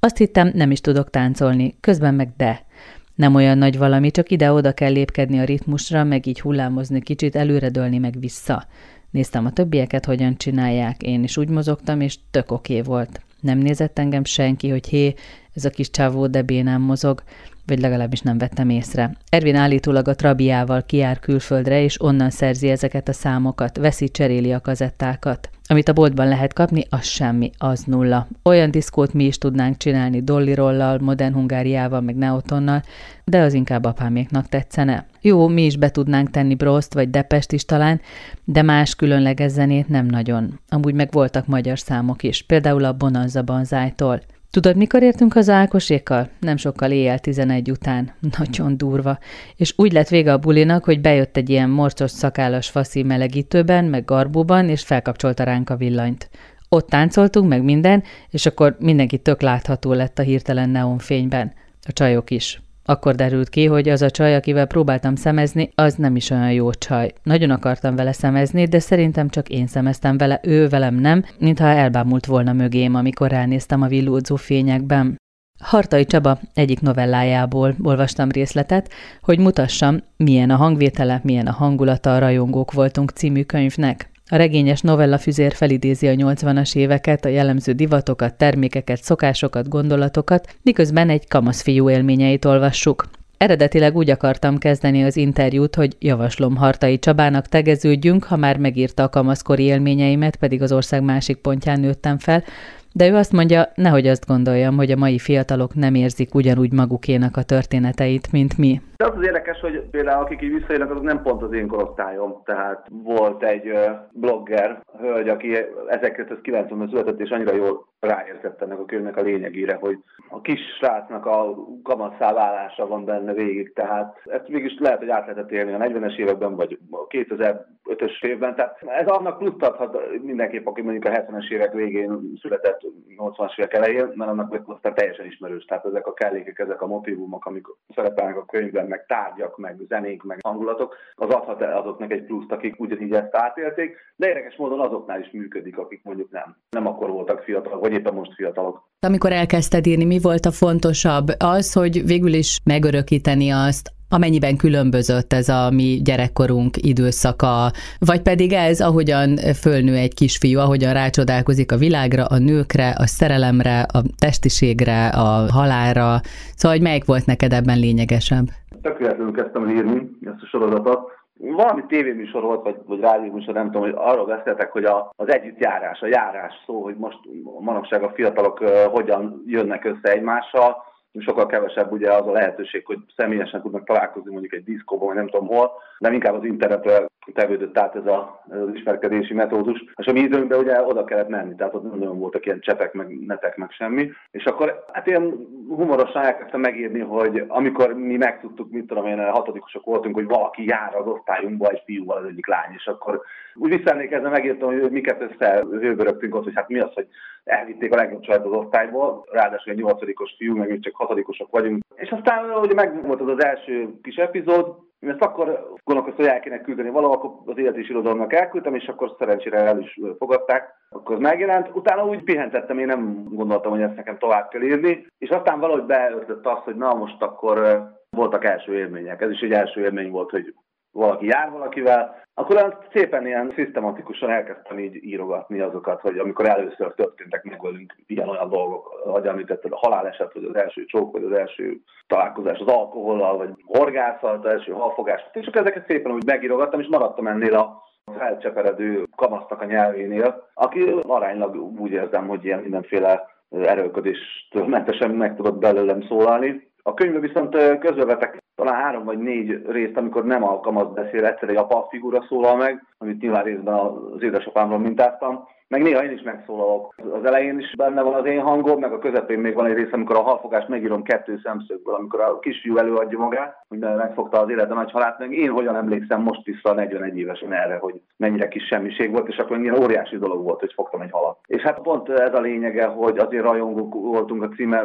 Azt hittem, nem is tudok táncolni, közben meg nem olyan nagy valami, csak ide-oda kell lépkedni a ritmusra, meg így hullámozni kicsit, előredőlni meg vissza. Néztem a többieket, hogyan csinálják, én is úgy mozogtam, és tök oké volt. Nem nézett engem senki, hogy hé, ez a kis csávó de bénán mozog, vagy legalábbis nem vettem észre. Ervin állítólag a Trabiával kijár külföldre, és onnan szerzi ezeket a számokat, cseréli a kazettákat. Amit a boltban lehet kapni, az semmi, az nulla. Olyan diszkót mi is tudnánk csinálni Dolly Rollal, Modern Hungáriával, meg Neotonnal, de az inkább apáméknak tetszene. Jó, mi is be tudnánk tenni Broszt vagy Depest is talán, de más különleges zenét nem nagyon. Amúgy meg voltak magyar számok is, például a Bonanza Banzájtól. Tudod, mikor értünk haza Ákosékkal? Nem sokkal éjjel 11 után. Nagyon durva. És úgy lett vége a bulinak, hogy bejött egy ilyen morcos szakállas faszi melegítőben, meg garbóban, és felkapcsolta ránk a villanyt. Ott táncoltunk, meg minden, és akkor mindenki tök látható lett a hirtelen neonfényben. A csajok is. Akkor derült ki, hogy az a csaj, akivel próbáltam szemezni, az nem is olyan jó csaj. Nagyon akartam vele szemezni, de szerintem csak én szemeztem vele, ő velem nem, mintha elbámult volna mögém, amikor ránéztem a villódzó fényekben. Hartai Csaba egyik novellájából olvastam részletet, hogy mutassam, milyen a hangvétele, milyen a hangulata a Rajongók voltunk című könyvnek. A regényes novellafüzér felidézi a 80-as éveket, a jellemző divatokat, termékeket, szokásokat, gondolatokat, miközben egy kamaszfiú élményeit olvassuk. Eredetileg úgy akartam kezdeni az interjút, hogy javaslom Hartai Csabának tegeződjünk, ha már megírta a kamaszkori élményeimet, pedig az ország másik pontján nőttem fel, de ő azt mondja, nehogy azt gondoljam, hogy a mai fiatalok nem érzik ugyanúgy magukénak a történeteit, mint mi. De az érdekes, hogy például akik így visszajönnek, azok nem pont az én korosztályom. Tehát volt egy blogger, hölgy, aki 1990-ben született, és annyira jól ráértett ennek a könyvnek a lényegére, hogy a kis srácnak a kamasszá válása van benne végig. Tehát ezt mégis lehet, hogy át lehetett élni a 40-es években, vagy a 2005-ös évben. Tehát ez annak pluszt adhat mindenképp, aki mondjuk a 70-es évek végén született, 80-as évek elején, mert annak aztán teljesen ismerős. Tehát ezek a kellékek, ezek a motívumok, amik szerepelnek a könyvben, meg tárgyak, meg zenék, meg hangulatok, az adhat azoknak egy pluszt, akik ugyanígy ezt átélték, de érdekes módon azoknál is működik, akik mondjuk nem akkor voltak fiatalok, vagy éppen most fiatalok. Amikor elkezdted írni, mi volt a fontosabb? Az, hogy végül is megörökíteni azt, amennyiben különbözött ez a mi gyerekkorunk időszaka, vagy pedig ez, ahogyan fölnő egy kisfiú, ahogyan rácsodálkozik a világra, a nőkre, a szerelemre, a testiségre, a halálra. Szóval, hogy melyik volt neked ebben lényegesebb? Tökéletlenül kezdtem írni ezt a sorozatot. Valami tévéműsor volt, vagy rádióműsor, nem tudom, hogy arról beszéltek, hogy az együttjárás, a járás szó, hogy most manapság a fiatalok hogyan jönnek össze egymással. Sokkal kevesebb ugye az a lehetőség, hogy személyesen tudnak találkozni mondjuk egy diszkóban, vagy nem tudom hol, de inkább az internetre tevődött át ez az ismerkedési metódus. És a mi időnkben ugye oda kellett menni, tehát ott nem nagyon voltak ilyen csetek, meg netek, meg semmi. És akkor hát ilyen humorosan elkezdtem megírni, hogy amikor mi megtudtuk, mit tudom én, hatodikosok voltunk, hogy valaki jár az osztályunkba egy fiúval, az egyik lány, és akkor úgy visszaemlékezve megírtam, hogy miket összehőbörögtünk ott, hogy hát mi az, hogy elvitték a legjobb csajt az osztályból, ráadásul egy 8-os fiú, meg mi csak 6-osok vagyunk. És aztán ugye meg volt az első kis epizód, én ezt akkor gondolkoztam, hogy el kéne küldeni valahol, akkor az Élet és Irodalomnak elküldtem, és akkor szerencsére el is fogadták. Akkor megjelent. Utána úgy pihentettem, én nem gondoltam, hogy ezt nekem tovább kell írni. És aztán valahogy beötlött az, hogy na most akkor voltak első élmények. Ez is egy első élmény volt, hogy valaki jár valakivel. Akkor szépen ilyen szisztematikusan elkezdtem így írogatni azokat, hogy amikor először történtek meg velünk ilyen-olyan dolgok, ahogy említetted, a haláleset, vagy az első csók, vagy az első találkozás az alkohollal, vagy horgászat, az első halfogás. És akkor ezeket szépen úgy megírogattam, és maradtam ennél a felcseperedő kamasznak a nyelvénél, aki aránylag úgy érzem, hogy ilyen mindenféle erőlködéstől mentesen meg tudott belőlem szólalni. A könyvben viszont közbevetek talán 3 vagy 4 részt, amikor nem a kamasz beszél, egyszer egy apa figura szólal meg, amit nyilván részben az édesapámról mintáztam. Meg néha én is megszólalok. Az elején is benne van az én hangom, meg a közepén még van egy rész, amikor a halfogást megírom 2 szemszögből, amikor a kisfiú előadja magát, hogy megfogta az élete nagy halált, meg én hogyan emlékszem most vissza 41 évesen erre, hogy mennyire kis semmiség volt, és akkor ilyen óriási dolog volt, hogy fogtam egy halat. És hát pont ez a lényege, hogy azért Rajongók voltunk a címe,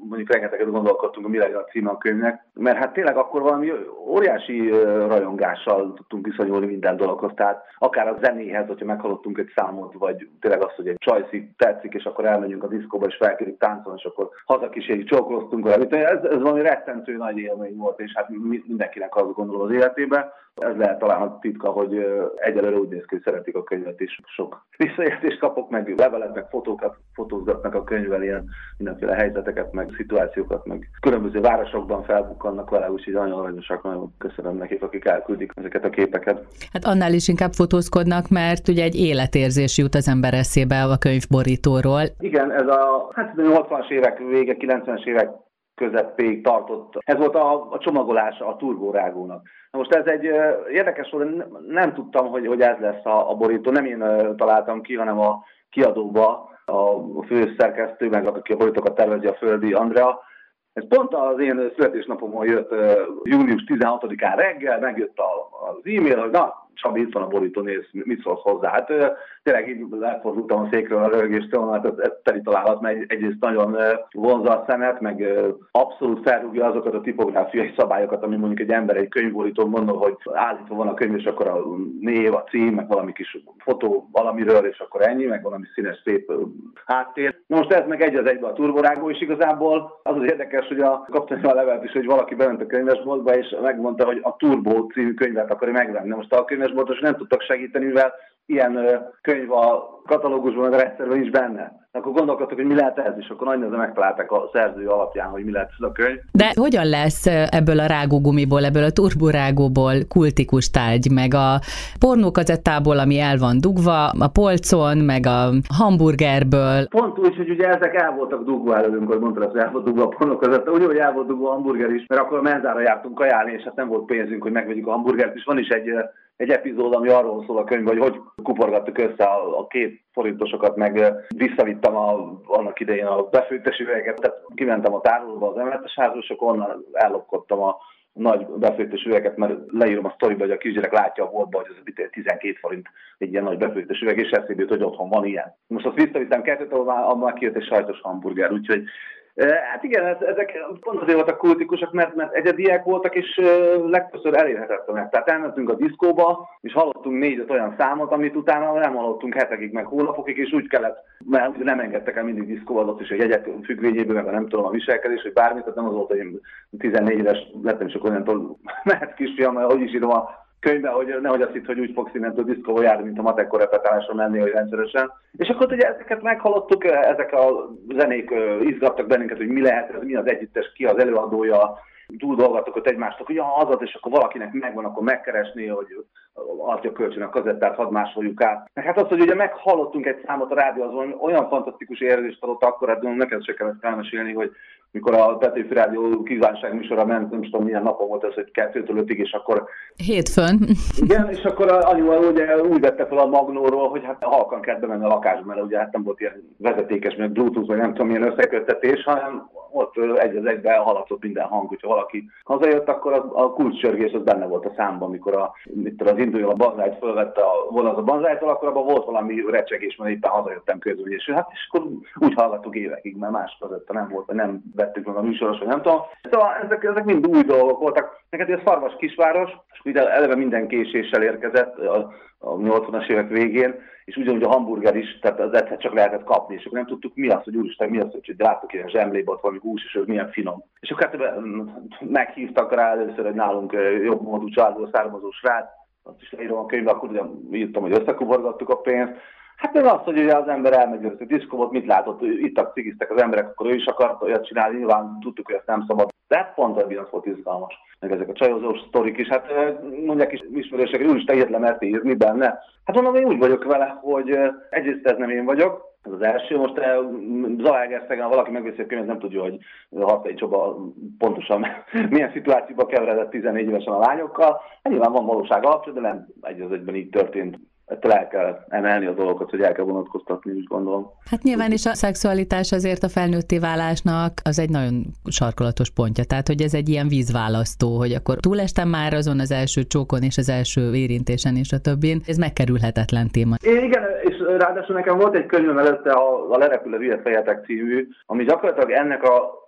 mondjuk rengeteget gondolkodtunk, hogy mi legyen a címe a könyvnek, mert hát tényleg akkor valami óriási rajongással tudtunk viszonyulni minden dologhoz, tehát akár a zenéhez, hogyha meghallottunk egy számot, vagy tényleg azt, hogy egy csajszik tetszik, és akkor elmegyünk a diszkóba, és felkérjük táncolni, és akkor hazakísérjük, csókoloztunk valamit. Ez valami rettentő nagy élmény volt, és hát mindenkinek azt gondolom az életében. Ez lehet talán a titka, hogy egyelőre úgy néz ki, hogy szeretik a könyvet is. Sok visszajelzést kapok, meg levelet, meg fotókat fotózgatnak a könyvvel, ilyen mindenféle helyzeteket, meg szituációkat, meg különböző városokban felbukkannak vele, úgyhogy nagyon aranyosak, nagyon köszönöm nekik, akik elküldik ezeket a képeket. Hát annál is inkább fotózkodnak, mert ugye egy életérzés jut az ember eszébe a könyvborítóról. Igen, ez a 80-as évek vége, 90-es évek közepéig tartott. Ez volt a csomagolása a turbórágónak. Na most ez egy érdekes volt, nem tudtam, hogy ez lesz a borító. Nem én találtam ki, hanem a kiadóba a főszerkesztő, meg aki a borítókat tervezi, a Földi Andrea. Ez pont az én születésnapomon jött június 16-án reggel, megjött az e-mail, hogy na, Csabi, itt van a borító, nézd, mit szólsz hozzá. Hát tényleg így elfordultam a székről a röhögéstől, mert ez teli találat, mert egyrészt nagyon vonzza a szemet, meg abszolút felrúgja azokat a tipográfiai szabályokat, ami mondjuk egy ember egy könyvborítón gondol, hogy állítva van a könyv, és akkor a név, a cím, meg valami kis fotó valamiről, és akkor ennyi, meg valami színes, szép háttér. Na most ez meg egy az egybe a turborágó, és igazából az érdekes, hogy kaptam a levelet is, hogy valaki bement a könyvesboltba, és megmondta, hogy a Turbo című könyvet akarja megvenni. Most a könyvesboltos nem tudtak segíteni, mivel ilyen könyv a katalógusban, a rendszerben is benne. Akkor gondolkodtak, hogy mi lehet ez, és akkor nagyon megtalálták a szerző alapján, hogy mi lehet ez a könyv. De hogyan lesz ebből a rágógumiból, ebből a turborágóból kultikus tárgy, meg a pornókazettából, ami el van dugva, a polcon, meg a hamburgerből? Pont úgy, hogy ugye ezek el voltak dugva előlünk, hogy mondtad, hogy el volt dugva a pornókazetta, úgy, hogy el volt dugva a hamburger is, mert akkor a menzára jártunk kajálni, és hát nem volt pénzünk, hogy megvegyük a hamburgert, és van is egy epizód, ami arról szól a könyvben, hogy kuporgattuk össze a 2 forintosokat, meg visszavittem annak idején a befőttes üvegeket, tehát kimentem a tárolóba az emeletes házról, és akkor onnan ellopkodtam a nagy befőttes üveget, mert leírom a sztoriba, hogy a kisgyerek látja a boltba, hogy ez 12 forint egy ilyen nagy befőttes üveg, és eszébe jut, hogy otthon van ilyen. Most azt visszavittem 2-t, ahol már kijött egy sajtos hamburger, úgyhogy hát igen, ezek pont azért voltak kultikusak, mert egyediek voltak, és legtöbbször elérhetetlenek. Tehát elmentünk a diszkóba, és hallottunk 4-5 olyan számot, amit utána nem hallottunk hetekig, meg hónapokig, és úgy kellett, mert nem engedtek el mindig diszkóba, az is a jegyek függvényéből, meg nem tudom, a viselkedés, hogy bármit, tehát nem az volt, hogy én 14 éves lettem, és akkor onnantól mehet kisfiam, mert hogy is írom a könyvben, hogy nehogy azt hitt, hogy úgy fogsz innentől diszkóba járni, mint a matekko repetálásra menni, hogy rendszeresen. És akkor ugye ezeket meghallottuk, ezek a zenék izgattak bennünket, hogy mi lehet ez, mi az együttes, ki az előadója, túl dolgottak ott egymástól, hogy az, és akkor valakinek megvan, akkor megkeresné, hogy adja kölcsön a kazettát, hadd másoljuk át. Hát az, hogy ugye meghallottunk egy számot a rádió, az olyan fantasztikus érzést adott akkor, hát neked se kellett elmesélni, hogy mikor a Petőfi Rádió kívánság műsora ment, nem tudom milyen napon volt ez, hogy 2-től 5-ig, és akkor... Hétfőn. Igen, és akkor anyuval ugye úgy vette fel a magnóról, hogy hát halkan kellett bemenni a lakásba, mert ugye hát nem volt ilyen vezetékes, meg Bluetooth, vagy nem tudom milyen összeköttetés, hanem ott egy az egyben hallatszott minden hang, hogyha valaki hazajött, akkor a kulcscsörgés az benne volt a számban, amikor az induló a banzájt fölvette volna az a banzájtól, akkor abban volt valami recsegés, mert éppen hazajöttem közül, és hát és akkor úgy hallgattuk évekig, mert más között nem volt, vagy nem vettük meg a műsoros, vagy nem tudom. Szóval ezek mind új dolgok voltak. Neked ez Szarvas kisváros, és ugye eleve minden késéssel érkezett a 80-as évek végén, és ugyanúgy a hamburger is, tehát az egyszer csak lehetett kapni, és akkor nem tudtuk mi az, hogy úristen, mi az, hogy láttuk ilyen zsemlébe, ott valami hús, és ez milyen finom. És akkor hát meghívtak rá először egy nálunk jobb módú családból származó srác, azt is leírom a könyvbe, akkor ugye írtam, hogy összekuborgattuk a pénzt. Hát meg az, hogy ugye az ember elmegy a diszkóba, mit látott, ittak, cigiztek az emberek, akkor ő is akart olyat csinálni, nyilván tudtuk, hogy ezt nem szabad. De pont az volt izgalmas. Meg ezek a csajozós sztorik is, hát mondják is ismerősek, hogy úristen, ilyet le mert írni benne. Hát mondom, én úgy vagyok vele, hogy egyrészt ez nem én vagyok, ez az első. Most Zalaegerszegen, ha valaki megveszi a könyvet, nem tudja, hogy Hartai Csaba pontosan milyen szituációba keveredett 14 évesen a lányokkal. Hát nyilván van valóság alapja, de nem egy az egyben így történt. Ettől el kell emelni a dolgokat, hogy el kell vonatkoztatni, úgy gondolom. Hát nyilván is a szexualitás azért a felnőtté válásnak az egy nagyon sarkolatos pontja. Tehát, hogy ez egy ilyen vízválasztó, hogy akkor túlestem már azon az első csókon és az első érintésen és a többin. Ez megkerülhetetlen téma. Igen, és ráadásul nekem volt egy könyvem előtte, a Lerepül a hülye fejetek című, ami gyakorlatilag ennek a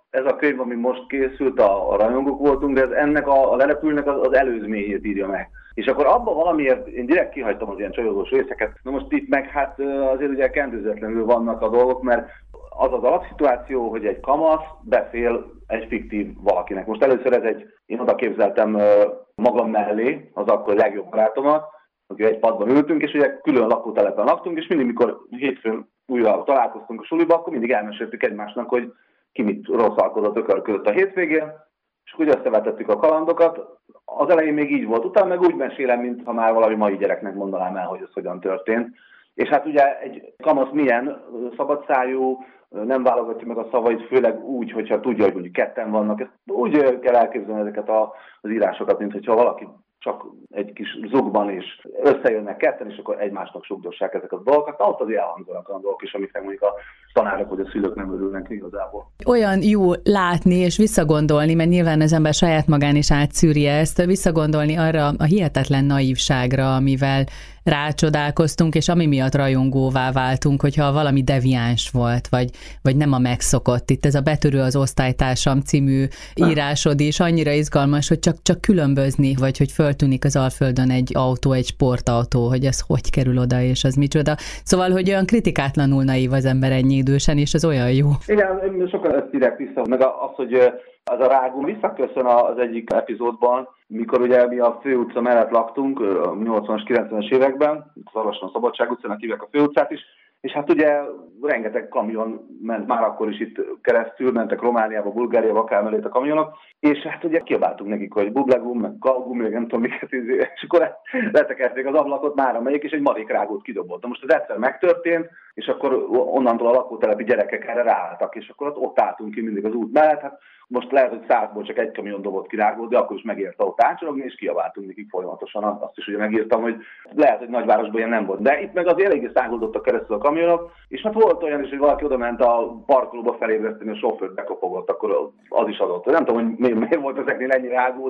ez a könyv, ami most készült, a rajongók voltunk, de ez ennek a lelepülnek az előzményét írja meg. És akkor abban valamiért én direkt kihagytam az ilyen csajozós részeket. Na most itt meg hát azért ugye kendőzetlenül vannak a dolgok, mert az az alapszituáció, hogy egy kamasz beszél egy fiktív valakinek. Most először én oda képzeltem magam mellé az akkor legjobb barátomat, aki egy padban ültünk, és ugye külön lakótelepen laktunk, és mindig, mikor hétfőn újra találkoztunk a suliba, akkor mindig elmeséltük egymásnak, hogy ki mit rosszalkodott ökörködött a hétvégén, és úgy összevetettük a kalandokat. Az elején még így volt, utána meg úgy mesélem, mintha már valami mai gyereknek mondanám el, hogy ez hogyan történt. És hát ugye egy kamasz milyen szabadszájú, nem válogatja meg a szavait, főleg úgy, hogyha tudja, hogy mondjuk ketten vannak. Ezt úgy kell elképzelni ezeket az írásokat, mint hogyha valaki csak egy kis zugban is összejönnek ketten, és akkor egymásnak sugdossák ezeket a dolgokat. Na, ott azért elhangzanak a dolgok is, amiknek mondjuk a tanárok vagy a szülők nem örülnek igazából. Olyan jó látni és visszagondolni, mert nyilván az ember saját magán is átszűri ezt, visszagondolni arra a hihetetlen naívságra, amivel rácsodálkoztunk, és ami miatt rajongóvá váltunk, hogyha valami deviáns volt, vagy nem a megszokott. Itt ez a Betörő az osztálytársam című írásod is annyira izgalmas, hogy csak különbözni, vagy hogy föltűnik az Alföldön egy autó, egy sportautó, hogy ez hogy kerül oda, és az micsoda. Szóval, hogy olyan kritikátlanul naív az ember ennyi idősen, és ez olyan jó. Igen, sokan ezt írják vissza, meg az, hogy az a rágó visszaköszön az egyik epizódban, mikor ugye mi a főutca mellett laktunk, a 80-as, 90-es években, Szarvason a Szabadság utcának hívják a főutcát is, és hát ugye rengeteg kamion ment már akkor is itt keresztül, mentek Romániába, Bulgáriába, akár mellett a kamionok, és hát ugye kiabáltunk nekik, hogy bublegum, meg kalgum, meg nem tudom miket, és akkor letekerték az ablakot már amelyik, és egy marékrágót kidobott. Most ez egyszer megtörtént, és akkor onnantól a lakótelepi gyerekek erre ráálltak, és akkor ott álltunk ki mindig az út mellett. Hát most lehet, hogy 100-ból csak egy kamion dobott ki rágót, de akkor is megérte ott átsorogni, és kiabáltunk nekik folyamatosan. Azt is ugye megírtam, hogy lehet, hogy nagyvárosban ilyen nem volt. De itt meg az eléggé száguldottak keresztül a kamionok, és hát volt olyan is, hogy valaki oda ment a parkolóba felébreszteni, a sofőrt bekopogott, akkor az is adott. Nem tudom, hogy miért volt ezeknél ennyi rágó,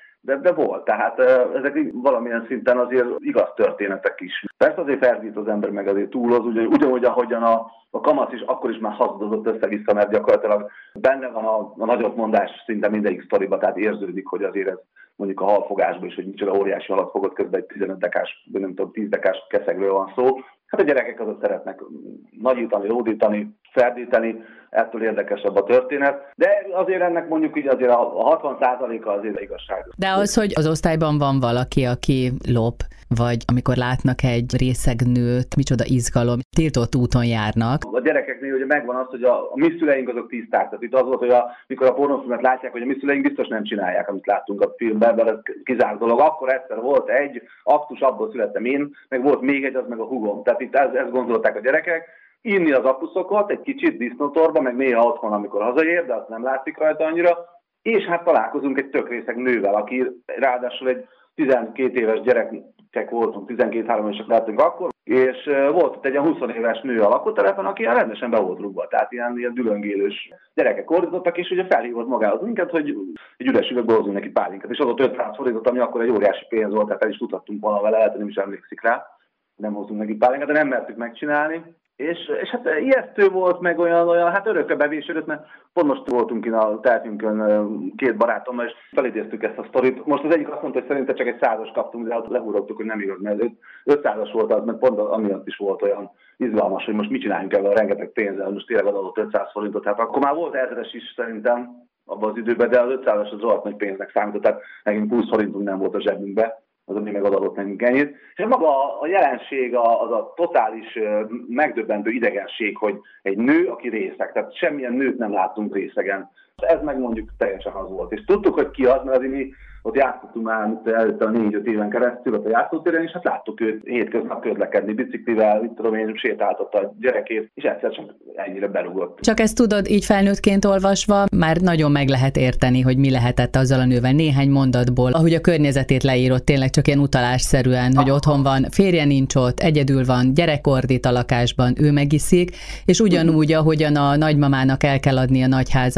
de volt. Tehát ezek valamilyen szinten azért igaz történetek is. Persze azért ferdít az ember, meg azért túloz, ugyanúgy, ahogyan a kamasz is akkor is már hazudozott össze-vissza, mert gyakorlatilag benne van a nagyobbmondás szinte mindegyik sztoriba, tehát érződik, hogy azért ez mondjuk a halfogásban is, hogy micsoda óriási halat fogott, közben egy 15 dekás, nem tudom, 10 dekás keszegről van szó. Hát a gyerekek azok szeretnek nagyítani, lódítani, ferdíteni, ettől érdekesebb a történet. De azért ennek mondjuk így azért a 60%-a azért igazság. De az, hogy az osztályban van valaki, aki lop, vagy amikor látnak egy részeg nőt, micsoda izgalom, tiltott úton járnak. A gyerekeknél ugye megvan az, hogy a mi szüleink azok tiszták. Tehát itt az volt, hogy mikor a pornófilmet látják, hogy a mi szüleink biztos nem csinálják, amit láttunk a filmben, mert ez kizárt dolog. Akkor egyszer volt egy aktus, abból születtem én, meg volt még egy, az meg a hugom. Tehát itt ezt gondolták a gyerekek. Inni az apuszokat egy kicsit disznótorba, meg néha otthon, amikor hazaér, de azt nem látszik rajta annyira. És hát találkozunk egy tök részeg nővel, aki ráadásul egy 12 éves gyerekek voltunk, 12-3 évesek lehetünk akkor, és volt ott egy 20 éves nő a lakótelepen, aki rendesen be volt rúgva, tehát ilyen dülöngélős gyerekek ordítottak, és ugye felhívott magához minket, hogy egy üres üvegbe hozzunk neki pálinkát, és adott 500 forintot, ami akkor egy óriási pénz volt, tehát el is tudhattunk volna vele, lehet, hogy nem is emlékszik rá, nem hoztunk neki pálinkát, de nem mertük megcsinálni. És hát ijesztő volt, meg olyan hát örökre bevésődött, mert pont most voltunk ki a teltünkön két barátommal, és felidéztük ezt a sztorit. Most az egyik azt mondta, hogy szerintem csak egy 100-as kaptunk, de ott lehúrogtuk, hogy nem igaz, mert 500-as volt az, mert pont amiatt is volt olyan izgalmas, hogy most mit csináljunk ebben a rengeteg pénzzel, most tényleg adott 500 forintot. Hát akkor már volt 1000-es is szerintem abban az időben, de az 500-as az rohadt nagy pénznek számított, tehát nekünk 20 forintunk nem volt a zsebünkbe. Az, ami megadott nekünk ennyit. És maga a jelenség, az a totális megdöbbentő idegenség, hogy egy nő, aki részeg, tehát semmilyen nőt nem láttunk részegen. Ez meg mondjuk teljesen az volt. És tudtuk, hogy ki az, mert azért mi ott játszottunk már előtte a 4-5 éven keresztül ott a játszótéren, és hát láttuk őt hétköznap közlekedni biciklivel, itt tudom én, sétáltatta a gyerekét, és egyszer csak ennyire berúgott. Csak ezt tudod, így felnőttként olvasva, már nagyon meg lehet érteni, hogy mi lehetett azzal a nővel néhány mondatból, ahogy a környezetét leírott, tényleg csak ilyen utalásszerűen, hogy otthon van, férje nincs ott, egyedül van, gyerek ordít a lakásban, ő megiszik, és ugyanúgy, ahogyan a nagymamának el kell adni a nagyházat a dédi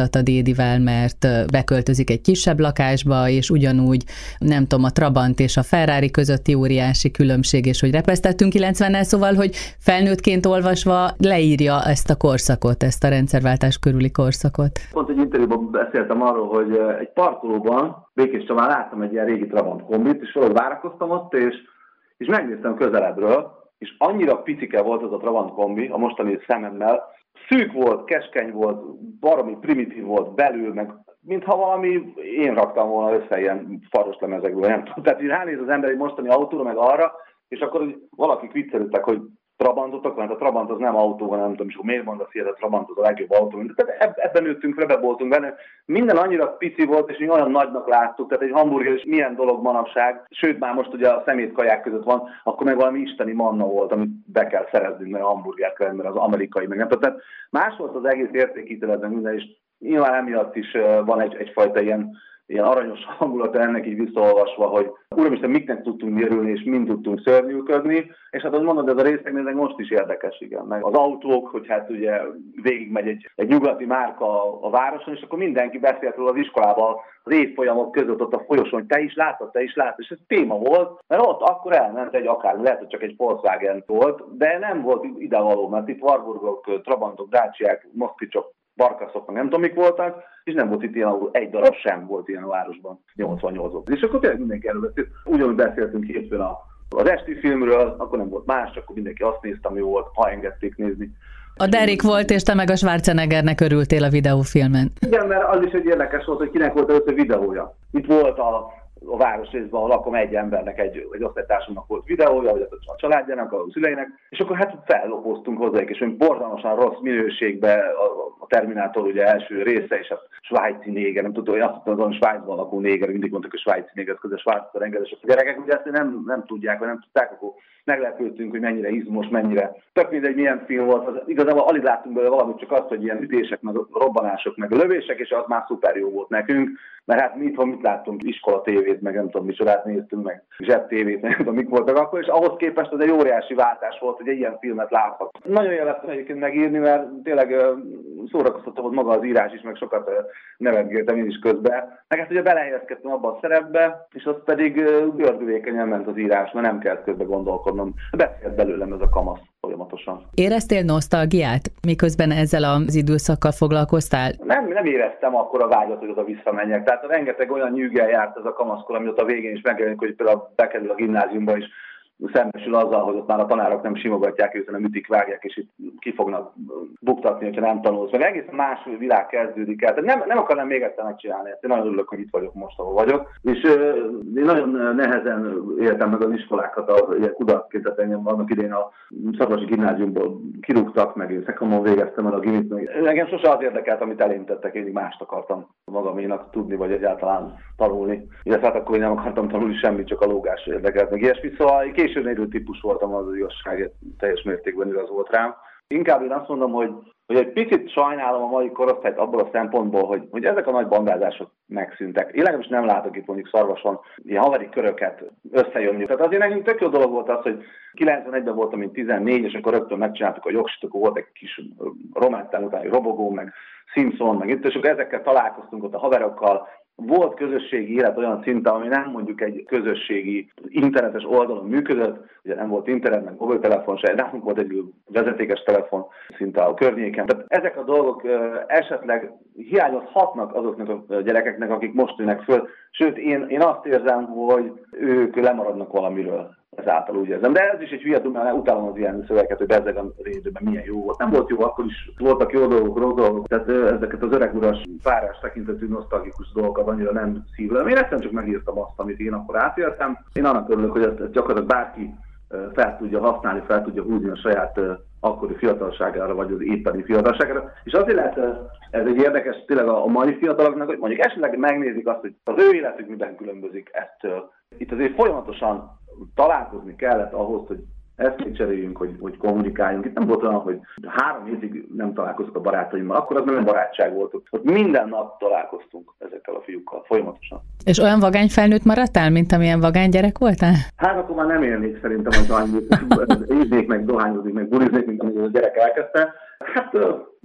Audivel, mert beköltözik egy kisebb lakásba, és ugyanúgy, nem tudom, a Trabant és a Ferrari közötti óriási különbség, és hogy repesztettünk 90-nel, szóval, hogy felnőttként olvasva leírja ezt a korszakot, ezt a rendszerváltás körüli korszakot. Pont egy interjúban beszéltem arról, hogy egy parkolóban Békés Csabán láttam egy ilyen régi Trabant kombit, és valahogy várakoztam ott, és megnéztem közelebbről, és annyira picike volt az a Trabant kombi, a mostani szememmel, szűk volt, keskeny volt, baromi primitív volt belül, meg mintha valami, én raktam volna össze ilyen faros lemezekből, nem tudom. Tehát így ránéz az ember egy mostani autóra, meg arra, és akkor valakik viccelődtek, hogy Trabantotok, mert a Trabant az nem autó, nem tudom, és akkor miért mondasz ilyet, a Trabant az a legjobb autó. Tehát ebben nőttünk fel, ebben voltunk benne. Minden annyira pici volt, és mi olyan nagynak láttuk, tehát egy hamburger is milyen dolog manapság. Sőt, már most ugye a szemétkaják között van, akkor meg valami isteni manna volt, amit be kell szereznünk, mert a hamburger kell, mert az amerikai, meg nem. Tehát más volt az egész értékítéletben minden, és nyilván emiatt is van egyfajta ilyen aranyos hangulata ennek így visszaolvasva, hogy Uramisten, miknek tudtunk mérülni, és mind tudtunk szörnyűködni, és hát azt mondod, ez a részek most is érdekes, igen. Meg az autók, hogy hát ugye végigmegy egy nyugati márka a városon, és akkor mindenki beszélt róla az iskolában, az évfolyamok között ott a folyosón, hogy te is láttad, és ez téma volt, mert ott akkor elment egy akármi, lehet, hogy csak egy Volkswagen volt, de nem volt idevaló, mert itt Warburgok, Trabantok, Daciák, Moszkvicsok, Barkaszok, nem tudom, mik voltak, és nem volt itt ilyen, egy darab sem volt ilyen a városban, 88-ban. És akkor tényleg mindenki erről beszélt. Ugyanúgy beszéltünk hétfőn az esti filmről, akkor nem volt más, akkor mindenki azt nézte, ami volt, ha engedték nézni. A Derrick volt, és te meg a Schwarzeneggernek örültél a videófilmen. Igen, mert az is egy érdekes volt, hogy kinek volt először videója. Itt volt a városrészben, ahol lakom egy embernek, egy osztálytársunknak volt videója, vagy a családjának, a szüleinek, és akkor hát fellopoztunk hozzájuk, és olyan borzalmasan rossz minőségben a Terminátor ugye első része, és a svájci néger, nem tudom, én azt tudtam, hogy Svájcban lakó néger, mindig mondtak, hogy svájci néger, közben Svájcban rengeteg. A gyerekek ugye ezt nem tudják, vagy nem tudták, akkor meglepődtünk, hogy mennyire izmos, mennyire. Tök mindegy, milyen film volt, az, igazából alig láttunk belőle valamit, csak azt, hogy ilyen ütések, meg robbanások, meg lövések, és az már szuper jó volt nekünk, mert hát mi itthon mit láttunk, iskola tévét, meg nem tudom, micsodát néztünk, meg zseb tévét, nem tudom, mik voltak akkor, és ahhoz képest az egy óriási váltás volt, hogy egy ilyen filmet láthat. Nagyon élveztem egyébként megírni, mert tényleg szórakoztató volt maga az írás is, meg sokat nevetgéltem én is közben. Meg ezt ugye belehelyezkedtem abba a szerepbe, és az pedig gördülékenyen ment az írás, mert nem kellett közben gondolkodnom. Beszélt belőlem ez a kamasz folyamatosan. Éreztél nosztalgiát, miközben ezzel az időszakkal foglalkoztál? Nem éreztem akkor a vágyat, hogy oda visszamenjek. Tehát rengeteg olyan nyűggel járt ez a kamaszkor, ami ott a végén is megjelenik, hogy például bekerül a gimnáziumba is, szembesül azzal, hogy ott már a tanárok nem simogatják, hiszen nem ütik, vágják, és itt ki fognak buktatni, hogyha nem tanulsz. Meg egészen más világ kezdődik el. Tehát nem akarnám még egyszer megcsinálni ezt. Én nagyon örülök, hogy itt vagyok most, ahol vagyok. És én nagyon nehezen éltem meg az iskolákat, ilyen kudarcként, tehát engem annak idén a Szarvasi gimnáziumból kirúgtak, meg én Szekamon végeztem el a gimit. Engem sose az érdekelt, amit elém tettek, én mást akartam magaménak tudni, vagy egyáltalán tanulni. Illetve hát akkor én nem akartam tanulni semmit, csak a lógás érdekelt, meg ilyesmi. Szóval későn érő típus voltam, az igazság teljes mértékben igaz volt rám. Inkább én azt mondom, hogy egy picit sajnálom a mai korosztályt abból a szempontból, hogy ezek a nagy bandázások megszűntek. Én legalábbis nem látok itt mondjuk Szarvason ilyen haveri köröket összejönni. Tehát azért nekünk tök jó dolog volt az, hogy 91-ben voltam, mint 14, és akkor rögtön megcsináltuk a jogsit, akkor volt egy kis romántán utáni robogó, meg Simpson, meg itt, és akkor ezekkel találkoztunk ott a haverokkal. Volt közösségi élet olyan szinten, ami nem mondjuk egy közösségi internetes oldalon működött, ugye nem volt internet, meg mobiltelefon se, nem volt egy vezetékes telefon szinte a környéken. Tehát ezek a dolgok esetleg hiányozhatnak azoknak a gyerekeknek, akik most nőnek föl. Sőt, én azt érzem, hogy ők lemaradnak valamiről. Ezáltal úgy érzem. De ez is egy hülye dumál, utálom az ilyen szövegeket, hogy bezzeg a rédőben milyen jó volt. Nem volt jó, akkor is voltak jó dolgok, rossz dolgok. Tehát ezeket az öreg uras, párás tekintetű, nosztalgikus dolgokat annyira nem szívlem. Én egyszerűen csak megírtam azt, amit én akkor átéltem. Én annak örülök, hogy ezt gyakorlatilag bárki fel tudja használni, fel tudja húzni a saját akkori fiatalságára, vagy az éppeni fiatalságára. És azért lehet ez egy érdekes tényleg a mai fiataloknak, hogy mondjuk esetleg megnézik azt, hogy az ő életük miben különbözik ettől. Itt azért folyamatosan találkozni kellett ahhoz, hogy ezt cseréljünk, hogy kommunikáljunk. Itt nem volt olyan, hogy 3 hétig nem találkozok a barátaimmal, akkor az nem barátság volt. Ott minden nap találkoztunk ezekkel a fiúkkal, folyamatosan. És olyan vagány felnőtt maradtál, mint amilyen vagány gyerek voltál? Hát akkor már nem élnék szerintem, hogy íznék, meg dohányozni, meg buliznék, mint amit a gyerek elkezdte. Hát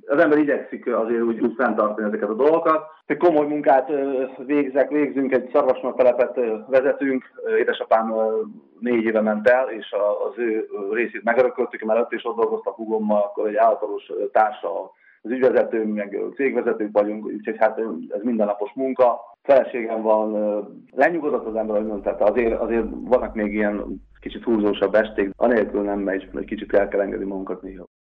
az ember igyekszik azért úgy fenntartani ezeket a dolgokat. Egy komoly munkát végzünk, egy szarvasmartelepet vezetünk. Édesapám 4 éve ment el, és az ő részét megörököltük, mellett is ott dolgoztak húgommal, akkor egy általános társa az ügyvezetőm, meg cégvezetők vagyunk, úgyhogy hát ez mindennapos munka. Feleségem van, lenyugodott az ember, ahogy mondta, azért vannak még ilyen kicsit húzósabb esték, anélkül nem megy, hogy kicsit el kell engedni magunkat néha.